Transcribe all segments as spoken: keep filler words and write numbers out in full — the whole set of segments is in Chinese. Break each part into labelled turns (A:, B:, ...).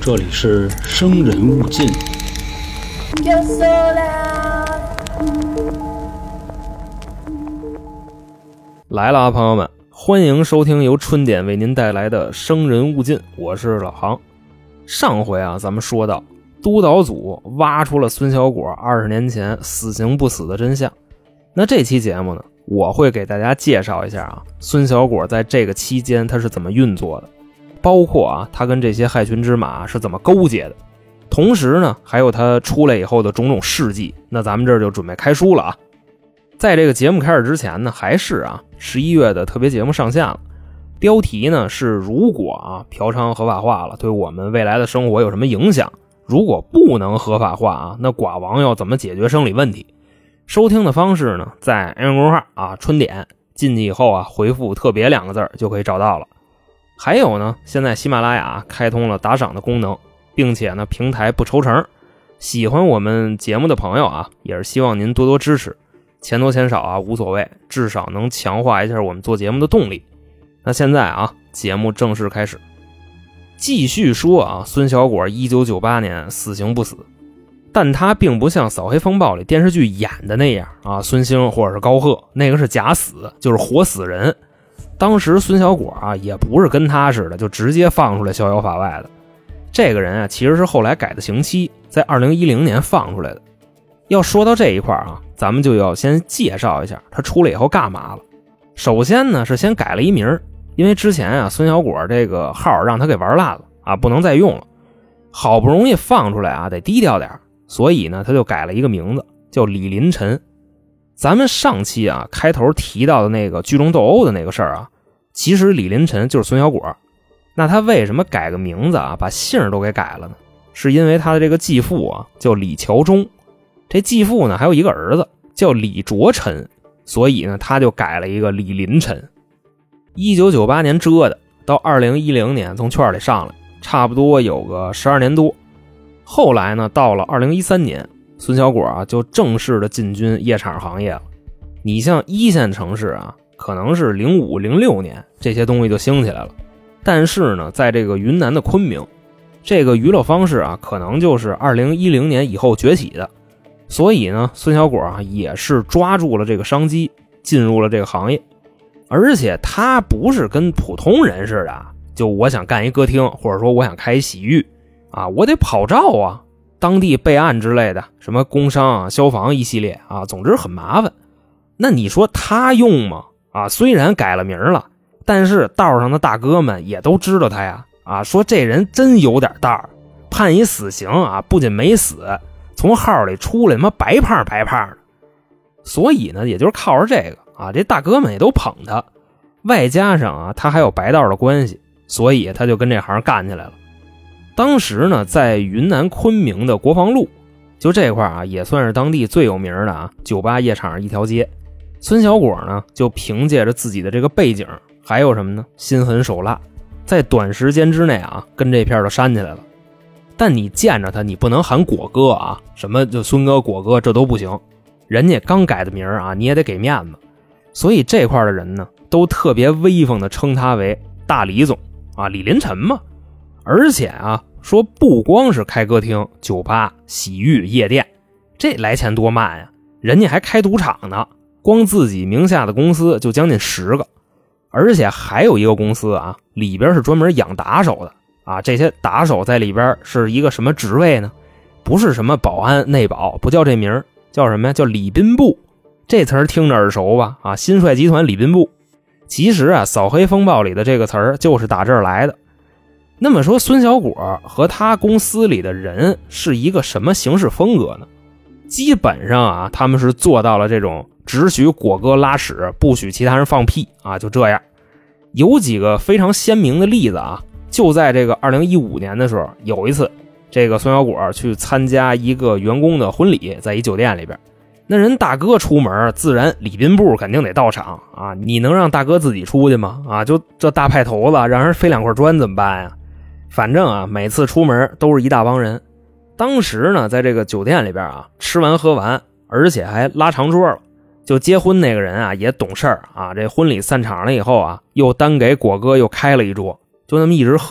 A: 这里是生人勿近。
B: 来了啊，朋友们，欢迎收听由春点为您带来的生人勿近，我是老航。上回啊，咱们说到督导组挖出了孙小果二十年前死刑不死的真相。那这期节目呢，我会给大家介绍一下啊，孙小果在这个期间他是怎么运作的，包括啊他跟这些害群之马是怎么勾结的，同时呢还有他出来以后的种种事迹。那咱们这儿就准备开书了啊。在这个节目开始之前呢，还是啊十一月的特别节目上线了，标题呢是如果啊嫖娼合法化了，对我们未来的生活有什么影响？如果不能合法化啊，那寡王要怎么解决生理问题？收听的方式呢，在 A 公众号啊春点进去以后啊，回复特别两个字就可以找到了。还有呢，现在喜马拉雅开通了打赏的功能，并且呢平台不抽成。喜欢我们节目的朋友啊，也是希望您多多支持，钱多钱少啊无所谓，至少能强化一下我们做节目的动力。那现在啊，节目正式开始，继续说啊，孙小果一九九八年死刑不死，但他并不像《扫黑风暴》里电视剧演的那样啊，孙兴或者是高贺那个是假死，就是活死人。当时孙小果啊，也不是跟他似的就直接放出来逍遥法外的。这个人啊，其实是后来改的刑期，在二零一零年放出来的。要说到这一块啊，咱们就要先介绍一下他出来以后干嘛了。首先呢，是先改了一名，因为之前啊，孙小果这个号让他给玩烂了啊，不能再用了。好不容易放出来啊，得低调点，所以呢，他就改了一个名字，叫李林晨。咱们上期啊开头提到的那个聚众斗殴的那个事儿啊，其实李林晨就是孙小果。那他为什么改个名字啊，把姓都给改了呢？是因为他的这个继父啊叫李桥忠，这继父呢还有一个儿子叫李卓臣，所以呢他就改了一个李林晨。一九九八年遮的，到二零一零年从圈里上来，差不多有个十二年多。后来呢，到了二零一三年，孙小果啊就正式的进军夜场行业了。你像一线城市啊，可能是零五零六年这些东西就兴起来了，但是呢，在这个云南的昆明，这个娱乐方式啊，可能就是二零一零年以后崛起的。所以呢，孙小果啊也是抓住了这个商机，进入了这个行业。而且他不是跟普通人似的，就我想干一歌厅，或者说我想开一洗浴啊，我得跑照啊，当地备案之类的，什么工商啊、消防一系列啊，总之很麻烦。那你说他用吗？啊，虽然改了名了，但是道上的大哥们也都知道他呀，啊，说这人真有点道，判一死刑啊，不仅没死，从号里出来他妈白胖白胖的。所以呢，也就是靠着这个啊，这大哥们也都捧他，外加上啊，他还有白道的关系，所以他就跟这行干起来了。当时呢，在云南昆明的国防路，就这块啊，也算是当地最有名的啊酒吧夜场一条街。孙小果呢，就凭借着自己的这个背景，还有什么呢？心狠手辣，在短时间之内啊，跟这片都煽起来了。但你见着他，你不能喊果哥啊，什么就孙哥、果哥，这都不行。人家刚改的名啊，你也得给面子。所以这块的人呢，都特别威风的称他为大李总啊，李林晨嘛。而且啊，说不光是开歌厅、酒吧、洗浴、夜店，这来钱多慢呀，人家还开赌场呢。光自己名下的公司就将近十个，而且还有一个公司啊，里边是专门养打手的啊。这些打手在里边是一个什么职位呢？不是什么保安、内保，不叫这名，叫什么呀？叫礼宾部。这词儿听着耳熟吧？啊，新帅集团礼宾部。其实啊，扫黑风暴里的这个词儿就是打这儿来的。那么说，孙小果和他公司里的人是一个什么行事风格呢？基本上啊，他们是做到了这种只许果哥拉屎，不许其他人放屁啊，就这样。有几个非常鲜明的例子啊，就在这个二零一五年的时候，有一次，这个孙小果去参加一个员工的婚礼，在一酒店里边，那人大哥出门，自然礼宾部肯定得到场啊，你能让大哥自己出去吗？啊，就这大派头子，让人飞两块砖怎么办呀？反正啊，每次出门都是一大帮人。当时呢，在这个酒店里边啊，吃完喝完，而且还拉长桌了。就结婚那个人啊，也懂事儿啊。这婚礼散场了以后啊，又单给果哥又开了一桌，就那么一直喝，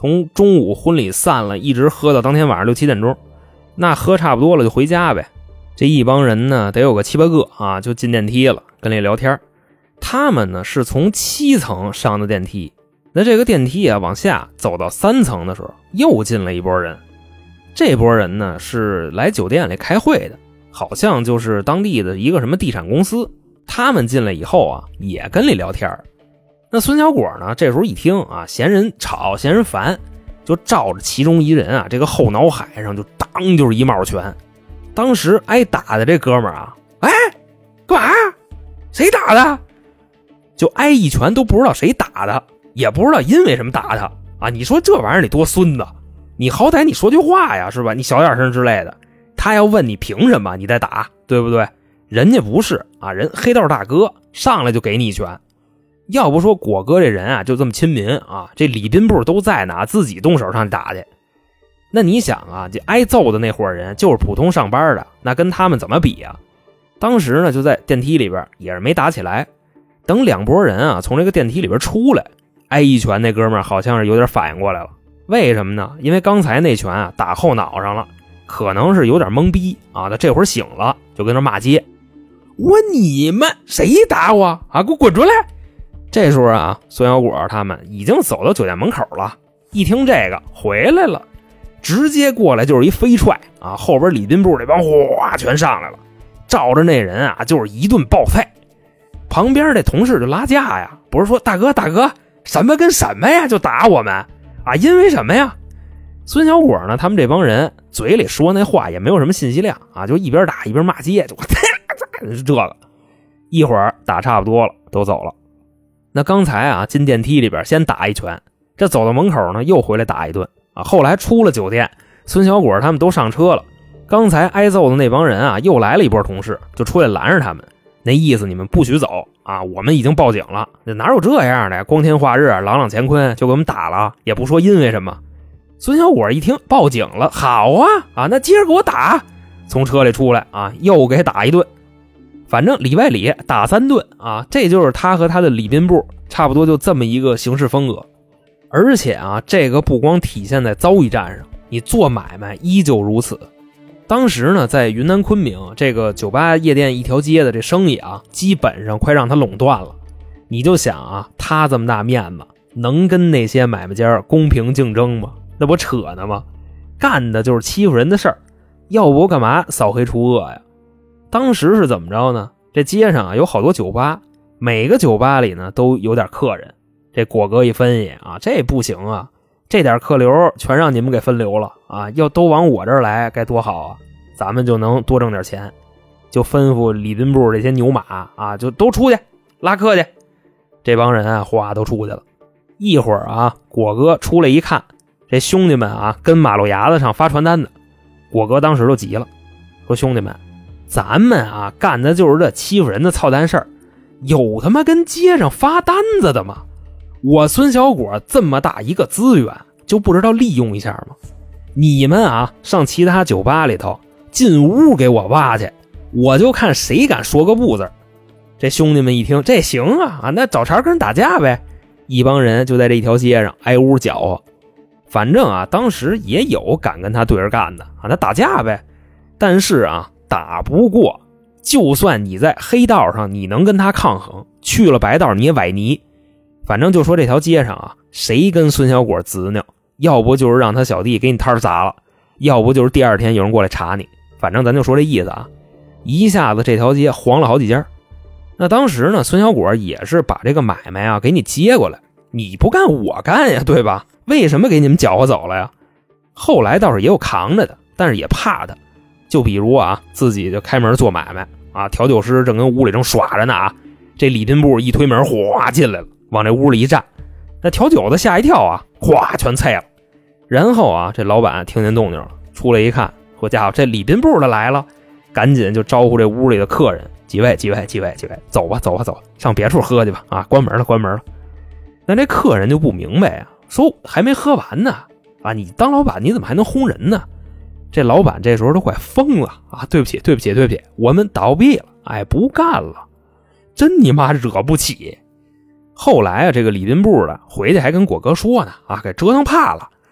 B: 从中午婚礼散了，一直喝到当天晚上六七点钟。那喝差不多了就回家呗。这一帮人呢，得有个七八个啊，就进电梯了，跟里聊天。他们呢是从七层上的电梯，那这个电梯啊往下走到三层的时候，又进了一波人。这波人呢是来酒店里开会的，好像就是当地的一个什么地产公司。他们进来以后啊，也跟里聊天。那孙小果呢，这时候一听啊，嫌人吵，嫌人烦，就照着其中一人啊，这个后脑海上就当就是一帽拳。当时挨打的这哥们儿啊，哎，干嘛？谁打的？就挨一拳都不知道谁打的，也不知道因为什么打他啊！你说这玩意儿你多孙子，你好歹你说句话呀，是吧？你小点声之类的。他要问你凭什么你再打，对不对？人家不是啊，人黑道大哥上来就给你一拳。要不说果哥这人啊就这么亲民啊，这礼宾部都在呢，自己动手上打去。那你想啊，这挨揍的那伙人就是普通上班的，那跟他们怎么比啊？当时呢就在电梯里边也是没打起来。等两拨人啊从这个电梯里边出来，挨一拳那哥们儿好像是有点反应过来了。为什么呢？因为刚才那拳啊打后脑上了，可能是有点懵逼啊，他这会儿醒了，就跟那骂街。我你们谁打我啊？给我滚出来！这时候啊，孙小果他们已经走到酒店门口了，一听这个回来了，直接过来就是一飞踹啊，后边礼宾部这帮哗全上来了，照着那人啊就是一顿暴菜。旁边这同事就拉架呀，不是说大哥大哥什么跟什么呀，就打我们啊，因为什么呀？孙小果呢，他们这帮人嘴里说那话也没有什么信息量啊，就一边打一边骂街，就这个。一会儿打差不多了，都走了。那刚才啊进电梯里边先打一拳，这走到门口呢又回来打一顿啊。后来出了酒店，孙小果他们都上车了，刚才挨揍的那帮人啊又来了一波同事，就出来拦着他们。那意思你们不许走啊，我们已经报警了。哪有这样的呀？光天化日朗朗乾坤就给我们打了，也不说因为什么。孙小果一听报警了，好啊啊，那接着给我打。从车里出来啊，又给打一顿。反正里外里打三顿啊，这就是他和他的礼宾部差不多就这么一个行事风格。而且啊，这个不光体现在遭遇战上，你做买卖依旧如此。当时呢，在云南昆明这个酒吧夜店一条街的这生意啊，基本上快让他垄断了。你就想啊，他这么大面子，能跟那些买卖家公平竞争吗？那不扯呢吗？干的就是欺负人的事儿，要不干嘛扫黑除恶呀？当时是怎么着呢？这街上啊有好多酒吧，每个酒吧里呢都有点客人。这果哥一分析啊，这不行啊，这点客流全让你们给分流了啊！要都往我这儿来，该多好啊！咱们就能多挣点钱。就吩咐礼宾部这些牛马啊，就都出去拉客去。这帮人啊，哗都出去了。一会儿啊，果哥出来一看，这兄弟们啊，跟马路牙子上发传单的。果哥当时就急了，说：“兄弟们，咱们啊干的就是这欺负人的操蛋事儿，有他妈跟街上发单子的吗？我孙小果这么大一个资源，就不知道利用一下吗？你们啊上其他酒吧里头进屋给我挖去，我就看谁敢说个不字。”这兄弟们一听，这行啊啊，那找茬跟人打架呗。一帮人就在这一条街上挨屋搅和。反正啊，当时也有敢跟他对着干的啊，那打架呗。但是啊，打不过，就算你在黑道上你能跟他抗衡，去了白道你也崴泥。反正就说这条街上啊，谁跟孙小果执拗，要不就是让他小弟给你摊砸了，要不就是第二天有人过来查你。反正咱就说这意思啊，一下子这条街黄了好几家。那当时呢，孙小果也是把这个买卖啊给你接过来，你不干我干呀，对吧？为什么给你们搅和走了呀？后来倒是也有扛着的，但是也怕他。就比如啊，自己就开门做买卖啊，调酒师正跟屋里正耍着呢啊，这礼宾部一推门，哗进来了，往这屋里一站，那调酒的吓一跳啊，哗全菜了。然后啊，这老板听见动静了，出来一看，好家伙，这礼宾部的来了，赶紧就招呼这屋里的客人，几位几位几位几位，走吧走吧走，上别处喝去吧啊，关门了关门了。那这客人就不明白啊，说还没喝完呢啊，你当老板你怎么还能轰人呢？这老板这时候都快疯了啊！对不起对不起对不起，我们倒闭了，哎，不干了，真你妈惹不起。后来啊，这个礼宾部的回去还跟果哥说呢啊，给折腾怕了，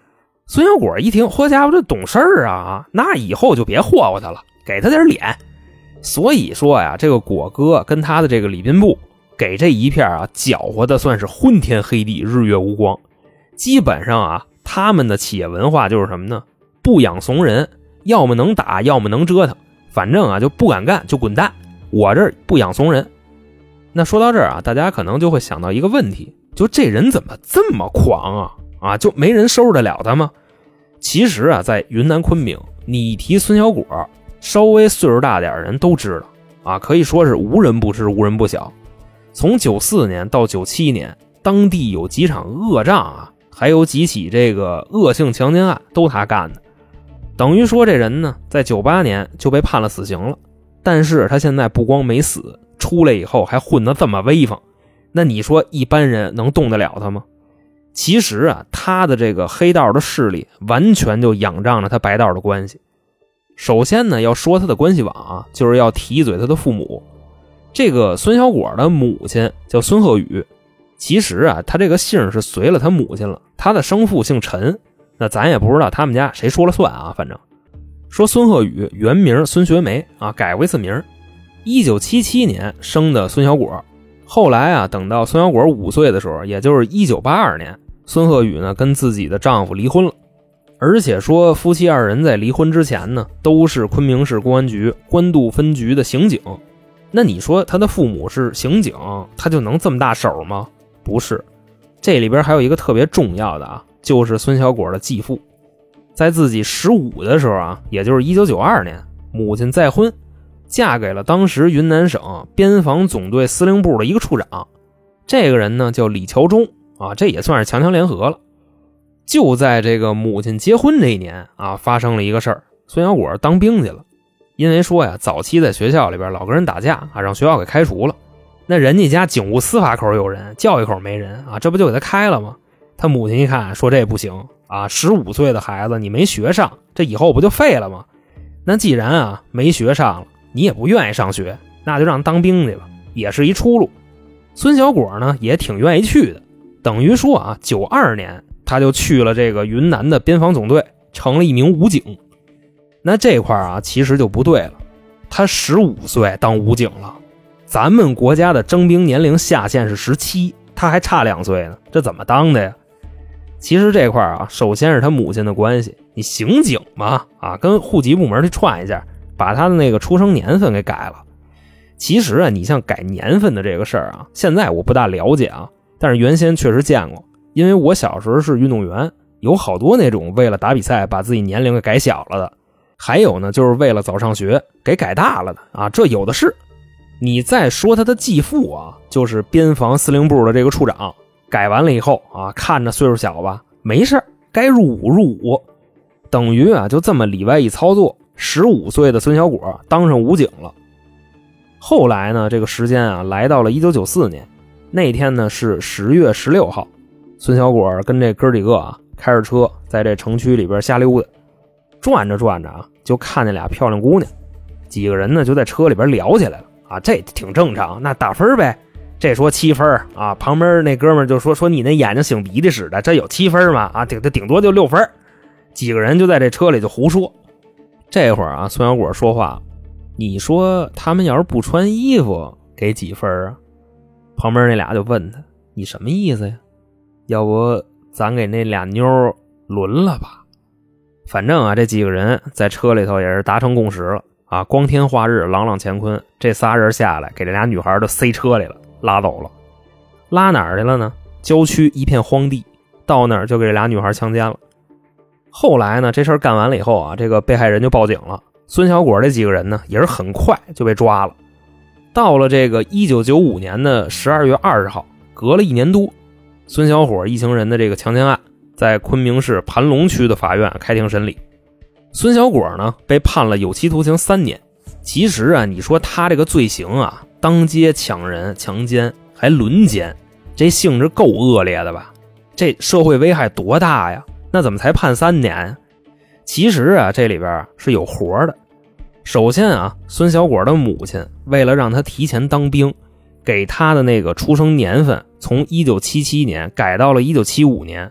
B: 孙小果一听，嚯家伙这懂事儿啊，那以后就别霍霍他了，给他点脸。所以说呀，这个果哥跟他的这个礼宾部给这一片啊搅和的算是昏天黑地，日月无光。基本上啊，他们的企业文化就是什么呢？不养怂人，要么能打，要么能折腾，反正啊就不敢干就滚蛋，我这儿不养怂人。那说到这儿啊，大家可能就会想到一个问题，就这人怎么这么狂啊？啊，就没人收拾得了他吗？其实啊，在云南昆明，你一提孙小果，稍微岁数大点的人都知道啊，可以说是无人不知，无人不晓。从九四年到九七年，当地有几场恶仗啊，还有几起这个恶性强奸案都他干的。等于说这人呢，在九八年就被判了死刑了，但是他现在不光没死，出来以后还混得这么威风，那你说一般人能动得了他吗？其实啊，他的这个黑道的势力完全就仰仗着他白道的关系。首先呢，要说他的关系网啊，就是要提一嘴他的父母。这个孙小果的母亲叫孙鹤宇，其实啊，他这个姓是随了他母亲了，他的生父姓陈，那咱也不知道他们家谁说了算啊。反正说孙鹤宇原名孙学梅啊，改过一次名，一九七七年生的孙小果。后来啊，等到孙小果五岁的时候，也就是一九八二年，孙鹤宇呢跟自己的丈夫离婚了。而且说夫妻二人在离婚之前呢，都是昆明市公安局官渡分局的刑警。那你说他的父母是刑警，他就能这么大手吗？不是，这里边还有一个特别重要的啊，就是孙小果的继父。在自己十五的时候啊，也就是一九九二年，母亲再婚，嫁给了当时云南省边防总队司令部的一个处长。这个人呢叫李桥忠啊，这也算是强强联合了。就在这个母亲结婚这一年啊，发生了一个事儿，孙小果当兵去了。因为说呀，早期在学校里边老跟人打架啊，让学校给开除了。那人家家警务司法口有人，教育口没人啊，这不就给他开了吗？他母亲一看说这不行啊，十五岁的孩子你没学上，这以后不就废了吗？那既然啊没学上了，你也不愿意上学，那就让当兵去吧，也是一出路。孙小果呢也挺愿意去的，等于说啊，九二年他就去了这个云南的边防总队，成了一名武警。那这块啊其实就不对了，他十五岁当武警了，咱们国家的征兵年龄下限是十七，他还差两岁呢，这怎么当的呀？其实这块啊，首先是他母亲的关系，你刑警嘛，啊，跟户籍部门去串一下，把他的那个出生年份给改了。其实啊，你像改年份的这个事儿啊，现在我不大了解啊，但是原先确实见过，因为我小时候是运动员，有好多那种为了打比赛把自己年龄给改小了的，还有呢就是为了早上学给改大了的啊，这有的是。你再说他的继父啊，就是边防司令部的这个处长，改完了以后啊，看着岁数小吧，没事，该入伍入伍，等于啊就这么里外一操作，十五岁的孙小果当上武警了。后来呢，这个时间啊来到了一九九四年，那天呢是十月十六号，孙小果跟这哥几个啊开着车在这城区里边瞎溜达，转着转着啊就看见俩漂亮姑娘，几个人呢就在车里边聊起来了啊，这挺正常，那打分呗。这说七分啊，旁边那哥们就说说你那眼睛擤鼻涕似的，这有七分吗？啊，顶顶多就六分。几个人就在这车里就胡说。这会儿啊，孙小果说话，你说他们要是不穿衣服给几分啊？旁边那俩就问他，你什么意思呀？要不咱给那俩妞轮了吧？反正啊，这几个人在车里头也是达成共识了啊，光天化日，朗朗乾坤，这仨人下来给这俩女孩都塞车里了，拉走了。拉哪儿去了呢？郊区一片荒地，到那儿就给这俩女孩强奸了。后来呢，这事儿干完了以后啊，这个被害人就报警了。孙小果这几个人呢，也是很快就被抓了。到了这个一九九五年的十二月二十号，隔了一年多，孙小伙一行人的这个强奸案在昆明市盘龙区的法院开庭审理。孙小果呢被判了有期徒刑三年。其实啊，你说他这个罪行啊，当街抢人、强奸还轮奸，这性质够恶劣的吧？这社会危害多大呀？那怎么才判三年？其实啊，这里边是有活的。首先啊，孙小果的母亲为了让他提前当兵，给他的那个出生年份从一九七七年改到了一九七五年。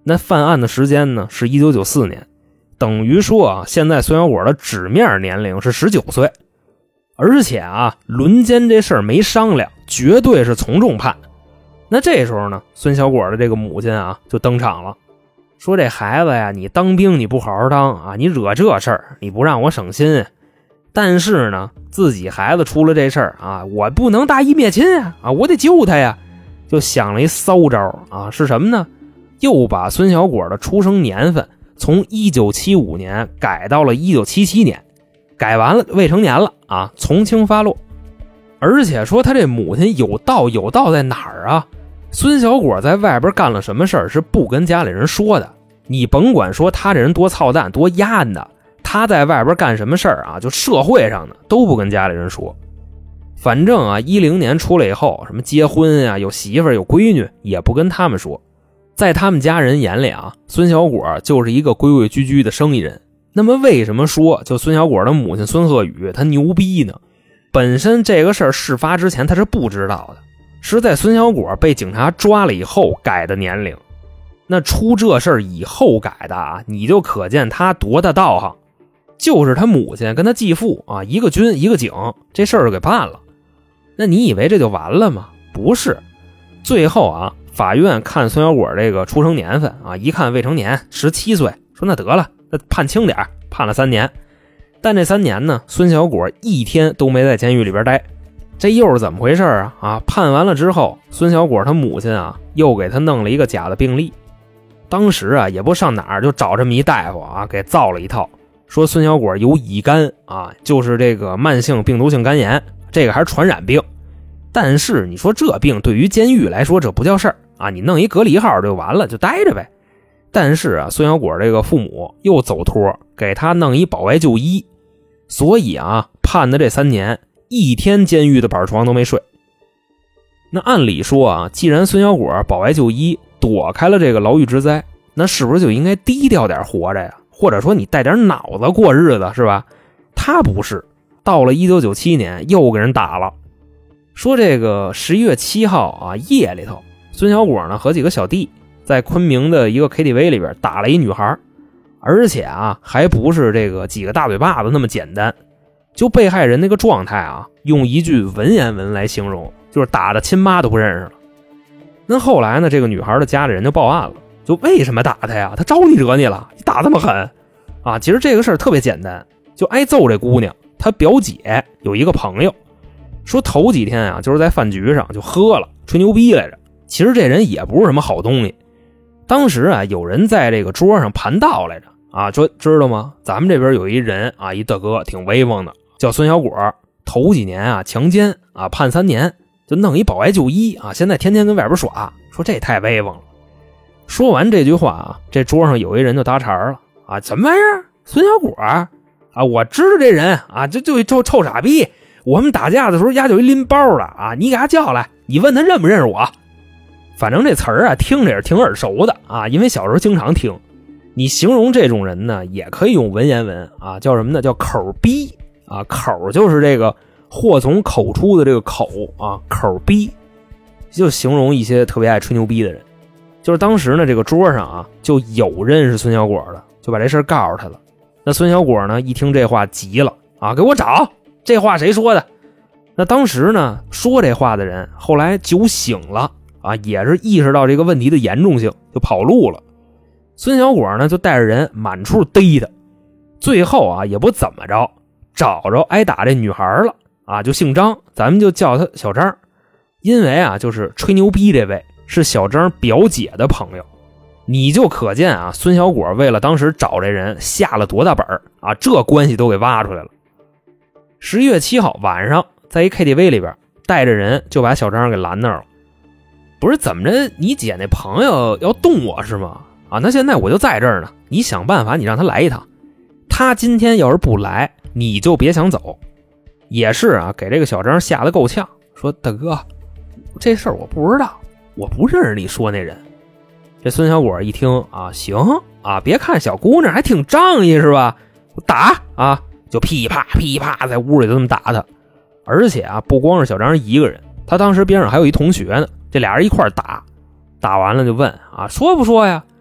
B: 那犯案的时间呢是一九九四年，等于说啊，现在孙小果的纸面年龄是十九岁，而且啊，轮奸这事儿没商量，绝对是从重判。那这时候呢，孙小果的这个母亲啊就登场了，说这孩子呀，你当兵你不好好当啊，你惹这事儿，你不让我省心。但是呢，自己孩子出了这事儿啊，我不能大义灭亲啊，啊，我得救他呀。就想了一骚招啊，是什么呢？又把孙小果的出生年份从一九七五年改到了一九七七年，改完了未成年了啊，从轻发落。而且说他这母亲有道有道在哪儿啊？孙小果在外边干了什么事儿是不跟家里人说的，你甭管说他这人多操蛋多压的，他在外边干什么事儿啊，就社会上的都不跟家里人说。反正啊，一零年出来以后，什么结婚啊，有媳妇儿有闺女，也不跟他们说。在他们家人眼里啊，孙小果就是一个规规矩矩的生意人。那么为什么说就孙小果的母亲孙鹤宇他牛逼呢？本身这个事儿事发之前他是不知道的，是在孙小果被警察抓了以后改的年龄。那出这事儿以后改的啊，你就可见他多大道行。就是他母亲跟他继父啊，一个军一个警，这事儿就给办了。那你以为这就完了吗？不是，最后啊，法院看孙小果这个出生年份啊，一看未成年，十七岁，说那得了，那判轻点，判了三年。但这三年呢，孙小果一天都没在监狱里边待。这又是怎么回事啊？啊，判完了之后，孙小果他母亲啊，又给他弄了一个假的病历。当时啊，也不上哪儿就找这么一大夫啊，给造了一套，说孙小果有乙肝啊，就是这个慢性病毒性肝炎，这个还是传染病。但是你说这病对于监狱来说这不叫事儿啊，你弄一隔离号就完了，就待着呗。但是啊，孙小果这个父母又走托，给他弄一保外就医，所以啊，判的这三年一天监狱的板床都没睡。那按理说啊，既然孙小果保外就医躲开了这个牢狱之灾，那是不是就应该低调点活着呀？或者说你带点脑子过日子是吧？他不是，到了一九九七年又给人打了。说这个十一月七号啊，夜里头，孙小果呢和几个小弟在昆明的一个 K T V 里边打了一女孩，而且啊还不是这个几个大嘴巴子那么简单，就被害人那个状态啊，用一句文言文来形容，就是打的亲妈都不认识了。那后来呢，这个女孩的家里人就报案了，就为什么打她呀？她招你惹你了？你打这么狠啊？其实这个事儿特别简单，就挨揍这姑娘，她表姐有一个朋友。说头几天啊，就是在饭局上就喝了，吹牛逼来着。其实这人也不是什么好东西。当时啊，有人在这个桌上盘道来着啊，说知道吗？咱们这边有一人啊，一大哥挺威风的，叫孙小果。头几年啊，强奸啊，判三年，就弄一保外就医啊，现在天天跟外边耍，说这太威风了。说完这句话啊，这桌上有一人就搭茬了啊，什么玩意儿？孙小果啊，我知道这人啊，这就一臭臭傻逼。我们打架的时候丫就一拎包的啊，你给他叫来，你问他认不认识我。反正这词儿啊听着也是挺耳熟的啊，因为小时候经常听。你形容这种人呢，也可以用文言文啊，叫什么呢？叫口逼啊，口就是这个祸从口出的这个口啊，口逼，就形容一些特别爱吹牛逼的人。就是当时呢，这个桌上啊就有认识孙小果的，就把这事告诉他了。那孙小果呢一听这话急了啊，给我找！这话谁说的？那当时呢，说这话的人后来酒醒了啊，也是意识到这个问题的严重性，就跑路了。孙小果呢就带着人满处逮他，最后啊也不怎么着，找着挨打这女孩了啊，就姓张，咱们就叫他小张。因为啊，就是吹牛逼这位是小张表姐的朋友，你就可见啊，孙小果为了当时找这人下了多大本啊，这关系都给挖出来了。十一月七号晚上，在一 K T V 里边，带着人就把小张给拦那儿了。不是怎么着，你姐那朋友要动我是吗？啊，那现在我就在这儿呢，你想办法，你让他来一趟。他今天要是不来，你就别想走。也是啊，给这个小张吓得够呛，说大哥，这事儿我不知道，我不认识你说那人。这孙小果一听啊，行啊，别看小姑娘还挺仗义是吧？打啊！就噼啪噼啪在屋里就这么打他。而且啊，不光是小张一个人，他当时边上还有一同学呢，这俩人一块打。打完了就问啊，说不说呀？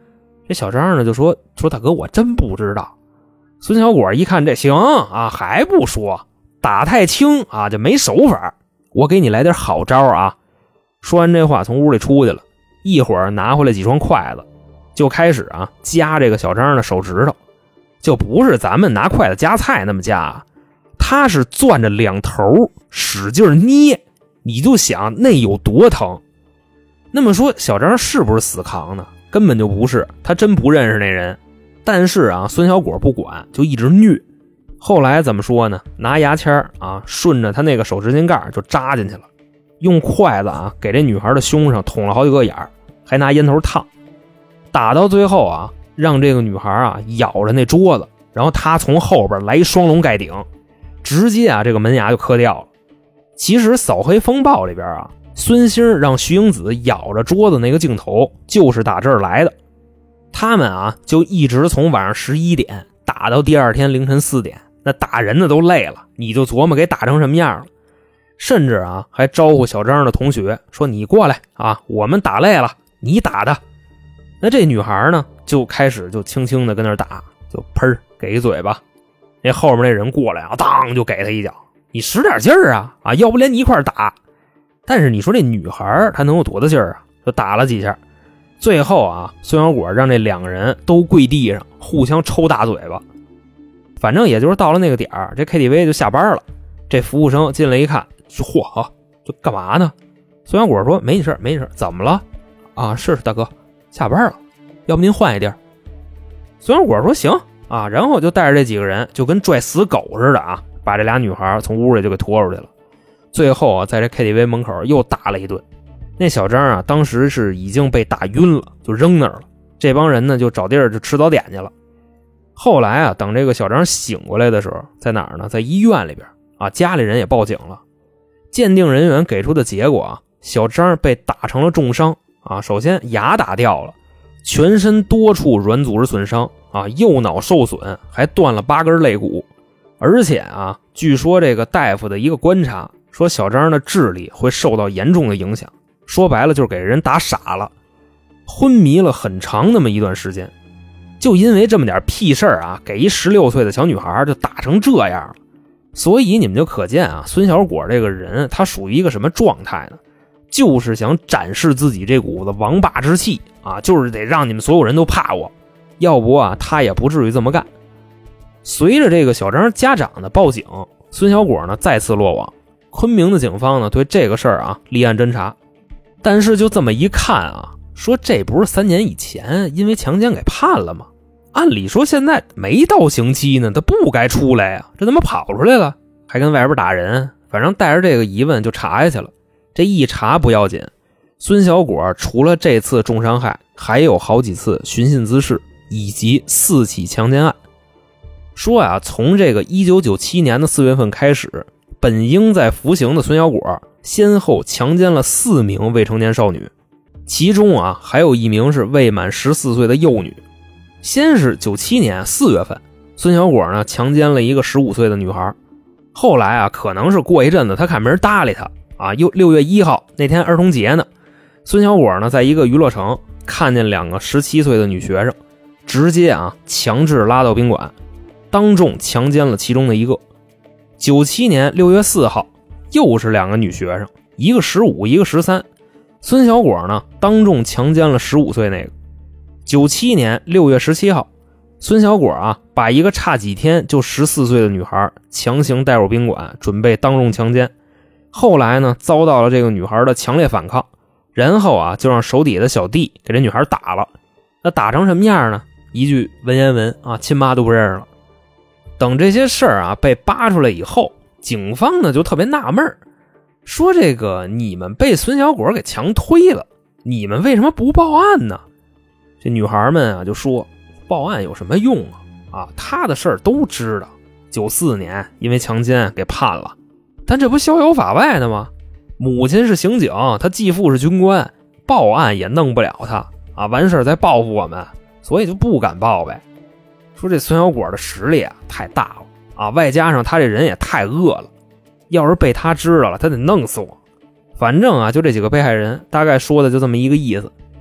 B: 这小张呢就说说大哥我真不知道。孙小果一看这行啊，还不说，打太轻啊就没手法，我给你来点好招啊。说完这话从屋里出去了，一会儿拿回来几双筷子，就开始啊夹这个小张的手指头，就不是咱们拿筷子夹菜那么夹啊，他是攥着两头使劲捏，你就想那有多疼。那么说小张是不是死扛呢？根本就不是，他真不认识那人。但是啊孙小果不管，就一直虐。后来怎么说呢，拿牙签啊顺着他那个手指甲盖就扎进去了，用筷子啊给这女孩的胸上捅了好几个眼儿，还拿烟头烫。打到最后啊让这个女孩啊咬着那桌子，然后他从后边来一双龙盖顶，直接啊这个门牙就磕掉了。其实扫黑风暴里边啊孙兴让徐英子咬着桌子那个镜头就是打这儿来的。他们啊就一直从晚上十一点打到第二天凌晨四点，那打人的都累了，你就琢磨给打成什么样了。甚至啊还招呼小张的同学说你过来啊，我们打累了你打的。那这女孩呢就开始就轻轻的跟那儿打，就砰给一嘴巴，那后面那人过来啊当就给他一脚，你使点劲儿啊啊，要不连你一块打。但是你说这女孩她能有多大劲儿啊，就打了几下。最后啊孙小果让这两个人都跪地上互相抽大嘴巴。反正也就是到了那个点儿，这 K T V 就下班了。这服务生进来一看，嚯啊，这干嘛呢？孙小果说没事没事，怎么了啊？是大哥下班了，要不您换一地儿。孙小果说行啊，然后就带着这几个人就跟拽死狗似的啊，把这俩女孩从屋里就给拖出去了。最后啊在这 K T V 门口又打了一顿。那小张啊当时是已经被打晕了，就扔那儿了。这帮人呢就找地儿就吃早点去了。后来啊等这个小张醒过来的时候，在哪儿呢？在医院里边啊，家里人也报警了。鉴定人员给出的结果啊，小张被打成了重伤啊，首先牙打掉了，全身多处软组织损伤啊，右脑受损，还断了八根肋骨。而且啊据说这个大夫的一个观察说小张的智力会受到严重的影响，说白了就是给人打傻了，昏迷了很长那么一段时间。就因为这么点屁事儿啊，给一十六岁的小女孩就打成这样了。所以你们就可见啊，孙小果这个人他属于一个什么状态呢？就是想展示自己这股子王霸之气啊，就是得让你们所有人都怕我，要不啊他也不至于这么干。随着这个小张家长的报警，孙小果呢再次落网。昆明的警方呢对这个事儿啊立案侦查。但是就这么一看啊，说这不是三年以前因为强奸给判了吗？按理说现在没到刑期呢，他不该出来啊，这他妈跑出来了，还跟外边打人。反正带着这个疑问就查下去了。这一查不要紧，孙小果除了这次重伤害，还有好几次寻衅滋事以及四起强奸案。说啊，从这个一九九七年的四月份开始，本应在服刑的孙小果先后强奸了四名未成年少女，其中啊还有一名是未满十四岁的幼女。先是九七年四月份，孙小果呢强奸了一个十五岁的女孩。后来啊可能是过一阵子他看没人搭理他啊，又六月一号那天儿童节呢，孙小果呢在一个娱乐城看见两个十七岁的女学生，直接啊强制拉到宾馆，当众强奸了其中的一个。九七年六月四号又是两个女学生，一个十五一个十三，孙小果呢当众强奸了十五岁那个。九七年六月十七号，孙小果啊把一个差几天就十四岁的女孩强行带入宾馆，准备当众强奸。后来呢遭到了这个女孩的强烈反抗，然后啊就让手底下的小弟给这女孩打了。那打成什么样呢？一句文言文啊，亲妈都不认识了。等这些事儿啊被扒出来以后，警方呢就特别纳闷，说这个你们被孙小果给强推了，你们为什么不报案呢？这女孩们啊就说报案有什么用啊？啊，他的事儿都知道，九四年因为强奸给判了，但这不逍遥法外的吗？母亲是刑警，他继父是军官，报案也弄不了他啊，完事儿再报复我们，所以就不敢报呗。说这孙小果的实力啊太大了啊，外加上他这人也太恶了，要是被他知道了，他得弄死我。反正啊就这几个被害人大概说的就这么一个意思。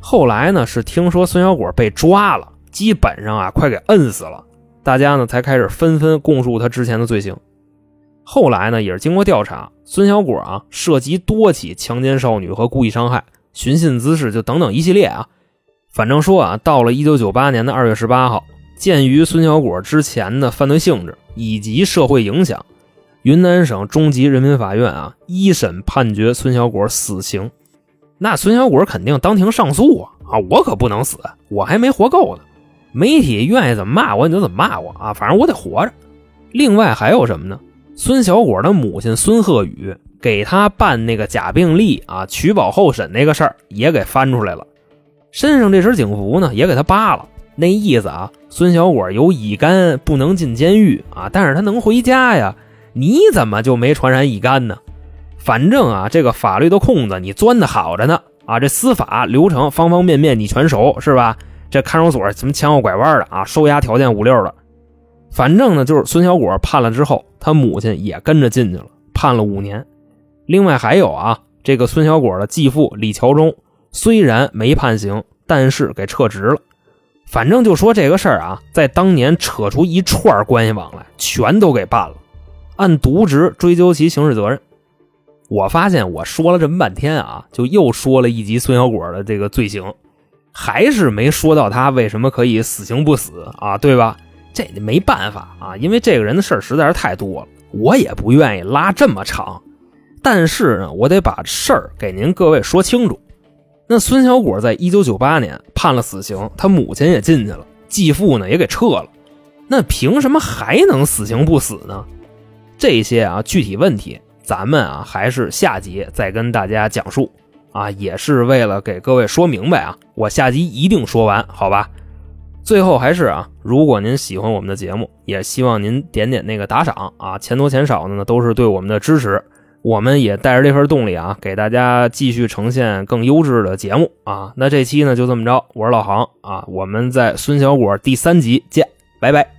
B: 后来呢是听说孙小果被抓了，基本上啊快给摁死了，大家呢才开始纷纷供述他之前的罪行。后来呢也是经过调查，孙小果啊涉及多起强奸少女和故意伤害、寻衅滋事，就等等一系列啊。反正说啊，到了一九九八年的二月十八号，鉴于孙小果之前的犯罪性质以及社会影响，云南省中级人民法院啊一审判决孙小果死刑。那孙小果肯定当庭上诉啊啊，我可不能死，我还没活够呢。媒体愿意怎么骂我你就怎么骂我啊，反正我得活着。另外还有什么呢？孙小果的母亲孙鹤宇给他办那个假病历啊，取保候审那个事儿也给翻出来了。身上这身警服呢也给他扒了，那意思啊，孙小果有乙肝不能进监狱啊，但是他能回家呀，你怎么就没传染乙肝呢？反正啊，这个法律的空子你钻的好着呢啊，这司法流程方方面面你全熟是吧？这看守所什么前后拐弯的啊，收押条件五六的。反正呢就是孙小果判了之后，他母亲也跟着进去了，判了五年。另外还有啊，这个孙小果的继父李桥忠虽然没判刑，但是给撤职了。反正就说这个事儿啊，在当年扯出一串关系网来，全都给办了，按渎职追究其刑事责任。我发现我说了这么半天啊，就又说了一集孙小果的这个罪行，还是没说到他为什么可以死刑不死啊，对吧？这没办法啊，因为这个人的事儿实在是太多了，我也不愿意拉这么长。但是呢，我得把事儿给您各位说清楚。那孙小果在一九九八年判了死刑，他母亲也进去了，继父呢也给撤了，那凭什么还能死刑不死呢？这些啊具体问题咱们啊还是下集再跟大家讲述啊，也是为了给各位说明白啊，我下集一定说完，好吧？最后还是啊，如果您喜欢我们的节目，也希望您点点那个打赏啊，钱多钱少的呢都是对我们的支持。我们也带着这份动力啊，给大家继续呈现更优质的节目啊。那这期呢就这么着，我是老航啊，我们在孙小果第三集见，拜拜。